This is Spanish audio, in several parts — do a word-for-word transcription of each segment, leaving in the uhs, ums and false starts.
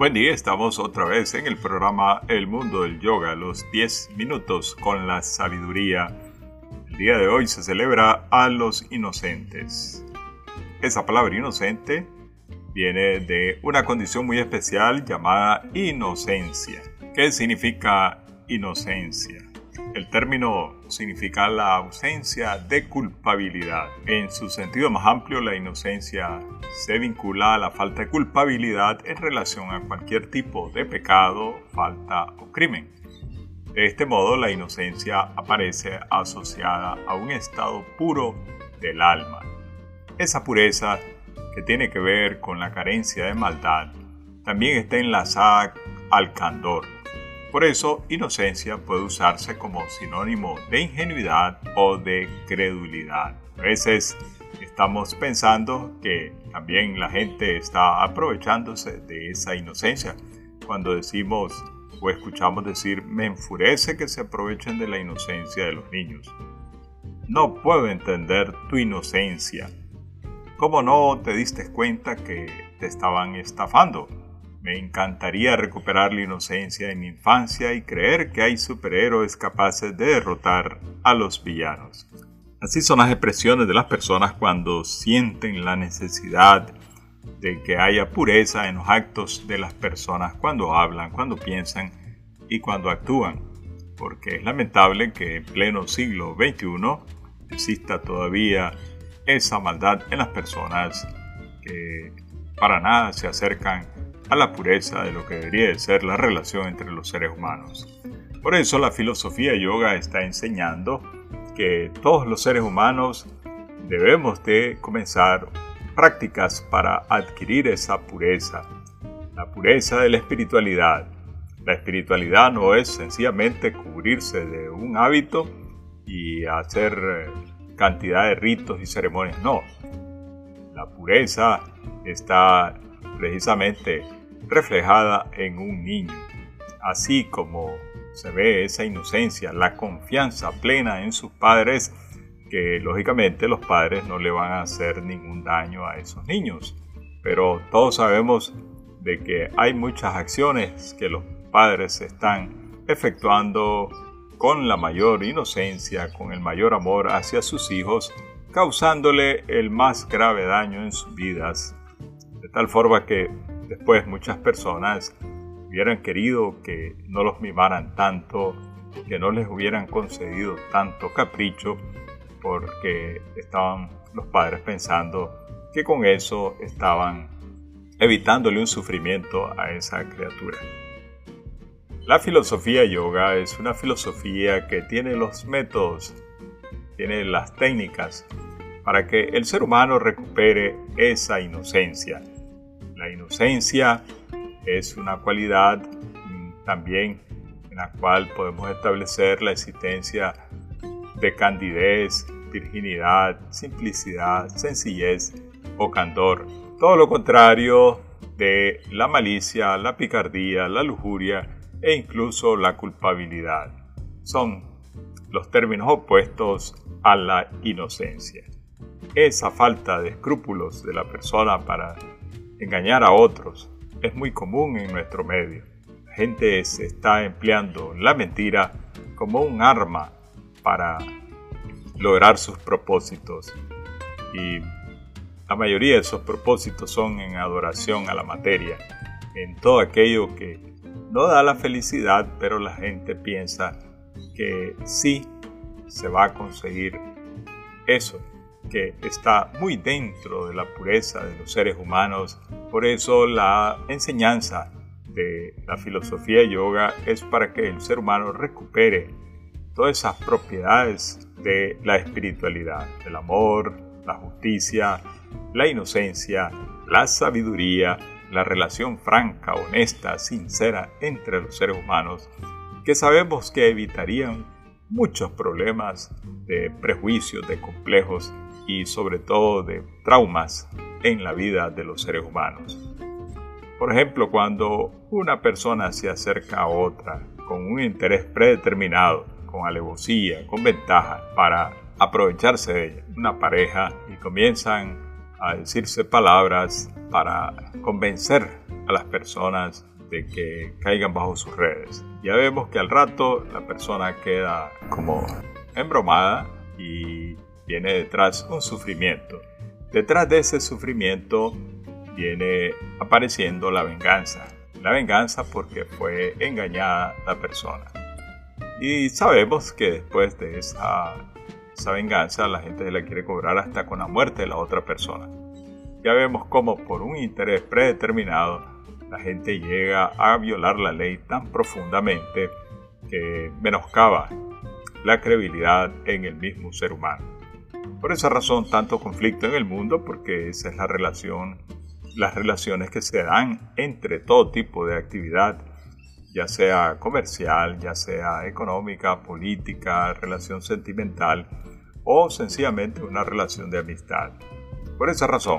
Buen día, estamos otra vez en el programa El Mundo del Yoga, los diez minutos con la sabiduría. El día de hoy se celebra a los inocentes. Esa palabra inocente viene de una condición muy especial llamada inocencia. ¿Qué significa inocencia? El término significa la ausencia de culpabilidad. En su sentido más amplio, la inocencia se vincula a la falta de culpabilidad en relación a cualquier tipo de pecado, falta o crimen. De este modo, la inocencia aparece asociada a un estado puro del alma. Esa pureza, que tiene que ver con la carencia de maldad, también está enlazada al candor. Por eso, inocencia puede usarse como sinónimo de ingenuidad o de credulidad. A veces estamos pensando que también la gente está aprovechándose de esa inocencia. Cuando decimos o escuchamos decir, me enfurece que se aprovechen de la inocencia de los niños. No puedo entender tu inocencia. ¿Cómo no te diste cuenta que te estaban estafando? Me encantaría recuperar la inocencia de mi infancia y creer que hay superhéroes capaces de derrotar a los villanos. Así son las expresiones de las personas cuando sienten la necesidad de que haya pureza en los actos de las personas cuando hablan, cuando piensan y cuando actúan. Porque es lamentable que en pleno siglo veintiuno exista todavía esa maldad en las personas que para nada se acercan a la pureza de lo que debería de ser la relación entre los seres humanos. Por eso la filosofía yoga está enseñando que todos los seres humanos debemos de comenzar prácticas para adquirir esa pureza, la pureza de la espiritualidad. La espiritualidad no es sencillamente cubrirse de un hábito y hacer cantidad de ritos y ceremonias, no. La pureza está precisamente reflejada en un niño, así como se ve esa inocencia, la confianza plena en sus padres, que lógicamente los padres no le van a hacer ningún daño a esos niños, pero todos sabemos de que hay muchas acciones que los padres están efectuando con la mayor inocencia, con el mayor amor hacia sus hijos, causándole el más grave daño en sus vidas. De tal forma que después muchas personas hubieran querido que no los mimaran tanto, que no les hubieran concedido tanto capricho, porque estaban los padres pensando que con eso estaban evitándole un sufrimiento a esa criatura. La filosofía yoga es una filosofía que tiene los métodos, tiene las técnicas para que el ser humano recupere esa inocencia. La inocencia es una cualidad también en la cual podemos establecer la existencia de candidez, virginidad, simplicidad, sencillez o candor. Todo lo contrario de la malicia, la picardía, la lujuria e incluso la culpabilidad. Son los términos opuestos a la inocencia. Esa falta de escrúpulos de la persona para engañar a otros es muy común en nuestro medio. La gente se está empleando la mentira como un arma para lograr sus propósitos, y la mayoría de esos propósitos son en adoración a la materia, en todo aquello que no da la felicidad, pero la gente piensa que sí se va a conseguir eso, que está muy dentro de la pureza de los seres humanos. Por eso la enseñanza de la filosofía yoga es para que el ser humano recupere todas esas propiedades de la espiritualidad, el amor, la justicia, la inocencia, la sabiduría, la relación franca, honesta, sincera entre los seres humanos, que sabemos que evitarían muchos problemas de prejuicios, de complejos y sobre todo de traumas en la vida de los seres humanos. Por ejemplo, cuando una persona se acerca a otra con un interés predeterminado, con alevosía, con ventaja, para aprovecharse de ella, una pareja, y comienzan a decirse palabras para convencer a las personas de que caigan bajo sus redes. Ya vemos que al rato la persona queda como embromada y viene detrás un sufrimiento. Detrás de ese sufrimiento viene apareciendo la venganza. La venganza porque fue engañada la persona. Y sabemos que después de esa, esa venganza la gente la quiere cobrar hasta con la muerte de la otra persona. Ya vemos cómo por un interés predeterminado la gente llega a violar la ley tan profundamente que menoscaba la credibilidad en el mismo ser humano. Por esa razón tanto conflicto en el mundo, porque esa es la relación, las relaciones que se dan entre todo tipo de actividad, ya sea comercial, ya sea económica, política, relación sentimental o sencillamente una relación de amistad. Por esa razón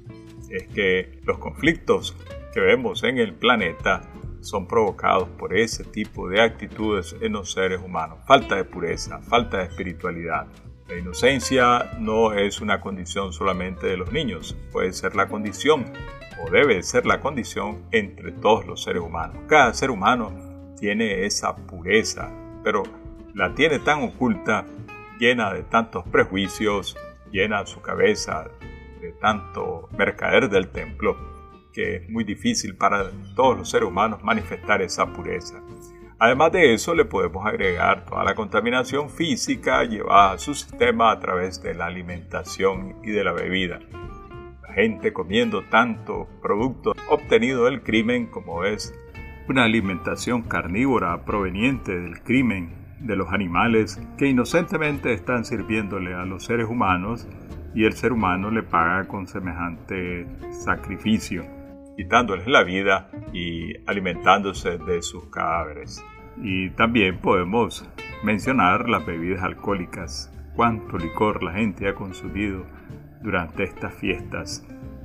es que los conflictos que vemos en el planeta son provocados por ese tipo de actitudes en los seres humanos. Falta de pureza, falta de espiritualidad. La inocencia no es una condición solamente de los niños, puede ser la condición o debe ser la condición entre todos los seres humanos. Cada ser humano tiene esa pureza, pero la tiene tan oculta, llena de tantos prejuicios, llena su cabeza de tanto mercader del templo, que es muy difícil para todos los seres humanos manifestar esa pureza. Además de eso, le podemos agregar toda la contaminación física llevada a su sistema a través de la alimentación y de la bebida. La gente comiendo tanto producto obtenido del crimen como es una alimentación carnívora proveniente del crimen de los animales que inocentemente están sirviéndole a los seres humanos y el ser humano le paga con semejante sacrificio, quitándoles la vida y alimentándose de sus cadáveres. Y también podemos mencionar las bebidas alcohólicas. Cuánto licor la gente ha consumido durante estas fiestas,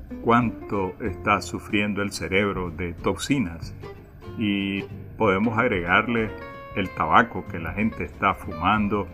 cuánto está sufriendo el cerebro de toxinas. Y podemos agregarle el tabaco que la gente está fumando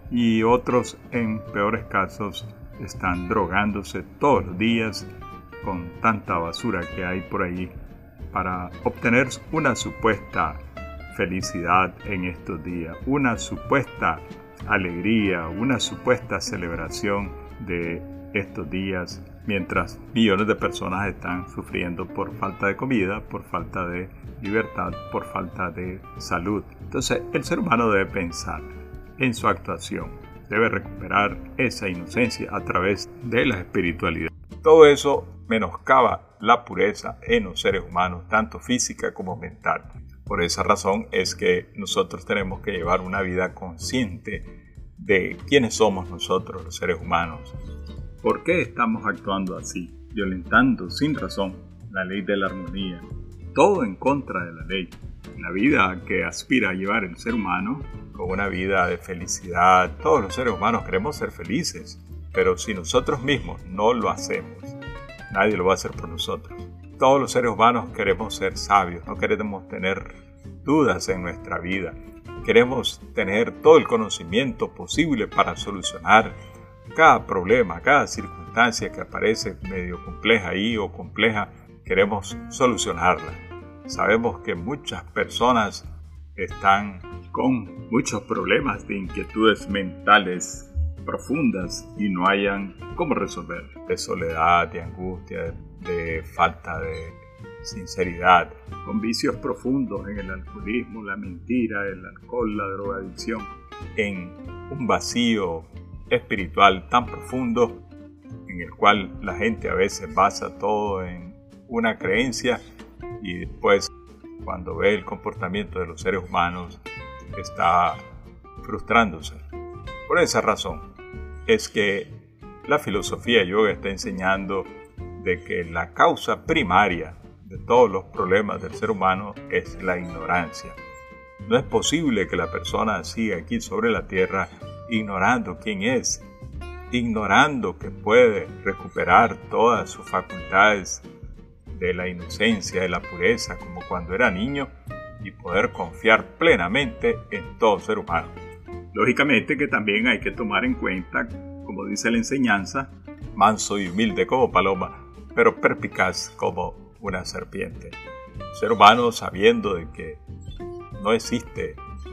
y otros, en peores casos, están drogándose todos los días con tanta basura que hay por ahí para obtener una supuesta felicidad en estos días, una supuesta alegría, una supuesta celebración de estos días, mientras millones de personas están sufriendo por falta de comida, por falta de libertad, por falta de salud. Entonces, el ser humano debe pensar en su actuación, debe recuperar esa inocencia a través de la espiritualidad. Todo eso menoscaba la pureza en los seres humanos, tanto física como mental. Por esa razón es que nosotros tenemos que llevar una vida consciente de quiénes somos nosotros, los seres humanos. ¿Por qué estamos actuando así, violentando sin razón la ley de la armonía? Todo en contra de la ley. La vida que aspira a llevar el ser humano, con una vida de felicidad. Todos los seres humanos queremos ser felices, pero si nosotros mismos no lo hacemos, nadie lo va a hacer por nosotros. Todos los seres humanos queremos ser sabios, no queremos tener dudas en nuestra vida. Queremos tener todo el conocimiento posible para solucionar cada problema, cada circunstancia que aparece medio compleja ahí o compleja, queremos solucionarla. Sabemos que muchas personas están con muchos problemas de inquietudes mentales profundas y no hayan cómo resolver. De soledad, de angustia, de falta de sinceridad, con vicios profundos en el alcoholismo, la mentira, el alcohol, la drogadicción, en un vacío espiritual tan profundo en el cual la gente a veces basa todo en una creencia y después cuando ve el comportamiento de los seres humanos está frustrándose. Por esa razón es que la filosofía yoga está enseñando de que la causa primaria de todos los problemas del ser humano es la ignorancia. No es posible que la persona siga aquí sobre la tierra ignorando quién es, ignorando que puede recuperar todas sus facultades de la inocencia, de la pureza, como cuando era niño, y poder confiar plenamente en todo ser humano. Lógicamente que también hay que tomar en cuenta, como dice la enseñanza, manso y humilde como paloma, pero perspicaz como una serpiente. El ser humano, sabiendo de que no existe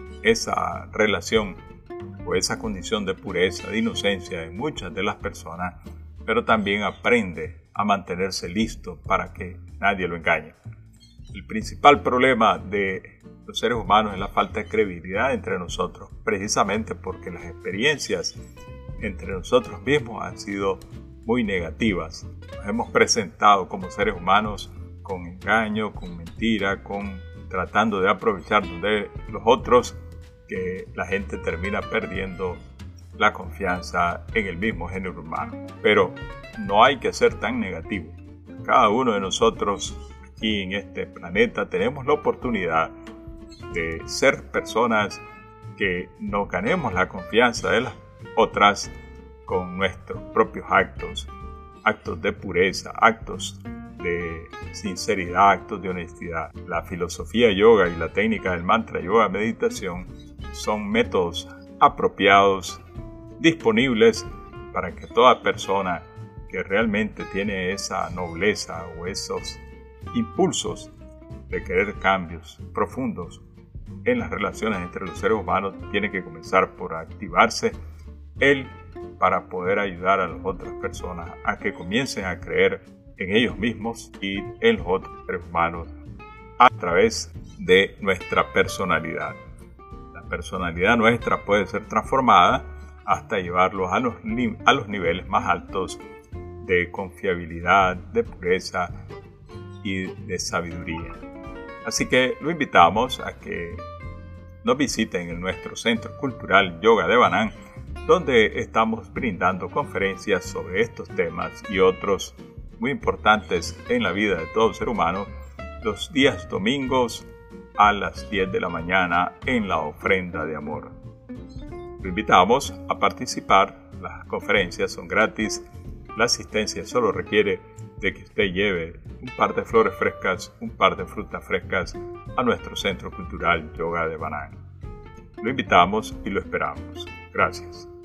esa relación o esa condición de pureza, de inocencia en muchas de las personas, pero también aprende a mantenerse listo para que nadie lo engañe. El principal problema de los seres humanos es la falta de credibilidad entre nosotros, precisamente porque las experiencias entre nosotros mismos han sido muy negativas. Nos hemos presentado como seres humanos con engaño, con mentira, con tratando de aprovecharnos de los otros, que la gente termina perdiendo la confianza en el mismo género humano. Pero no hay que ser tan negativo. Cada uno de nosotros aquí en este planeta tenemos la oportunidad de ser personas que nos ganemos la confianza de las otras con nuestros propios actos, actos de pureza, actos de sinceridad, actos de honestidad. La filosofía yoga y la técnica del mantra yoga meditación son métodos apropiados, disponibles para que toda persona que realmente tiene esa nobleza o esos impulsos de querer cambios profundos en las relaciones entre los seres humanos tiene que comenzar por activarse él para poder ayudar a las otras personas a que comiencen a creer en ellos mismos y en los otros seres humanos a través de nuestra personalidad. La personalidad nuestra puede ser transformada hasta llevarlos a los, a los niveles más altos de confiabilidad, de pureza y de sabiduría. Así que lo invitamos a que nos visiten en nuestro Centro Cultural Yoga de Banán, donde estamos brindando conferencias sobre estos temas y otros muy importantes en la vida de todo ser humano, los días domingos a las diez de la mañana en la ofrenda de amor. Lo invitamos a participar, las conferencias son gratis, la asistencia solo requiere de que usted lleve un par de flores frescas, un par de frutas frescas a nuestro Centro Cultural Yoga de Banán. Lo invitamos y lo esperamos. Gracias.